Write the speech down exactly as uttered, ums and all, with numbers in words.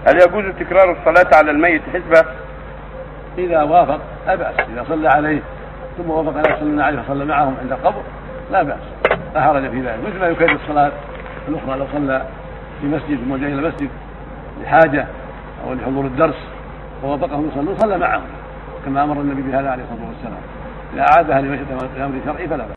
هل يجوز تكرار الصلاة على الميت حسبة؟ إذا وافق لا بأس، إذا صلى عليه ثم وافق أن يصلون عليه فصلى معهم عند القبر لا بأس، لا حرج في ذلك، مثل ما يكرر الصلاة الأخرى لو صلى في مسجد ثم جاء إلى المسجد لحاجة أو لحضور الدرس ووافقهم يصلون صلى معهم كما أمر النبي بهذا عليه الصلاة والسلام. إذا أعادها لمشهد أمر شرعي فلا بأس.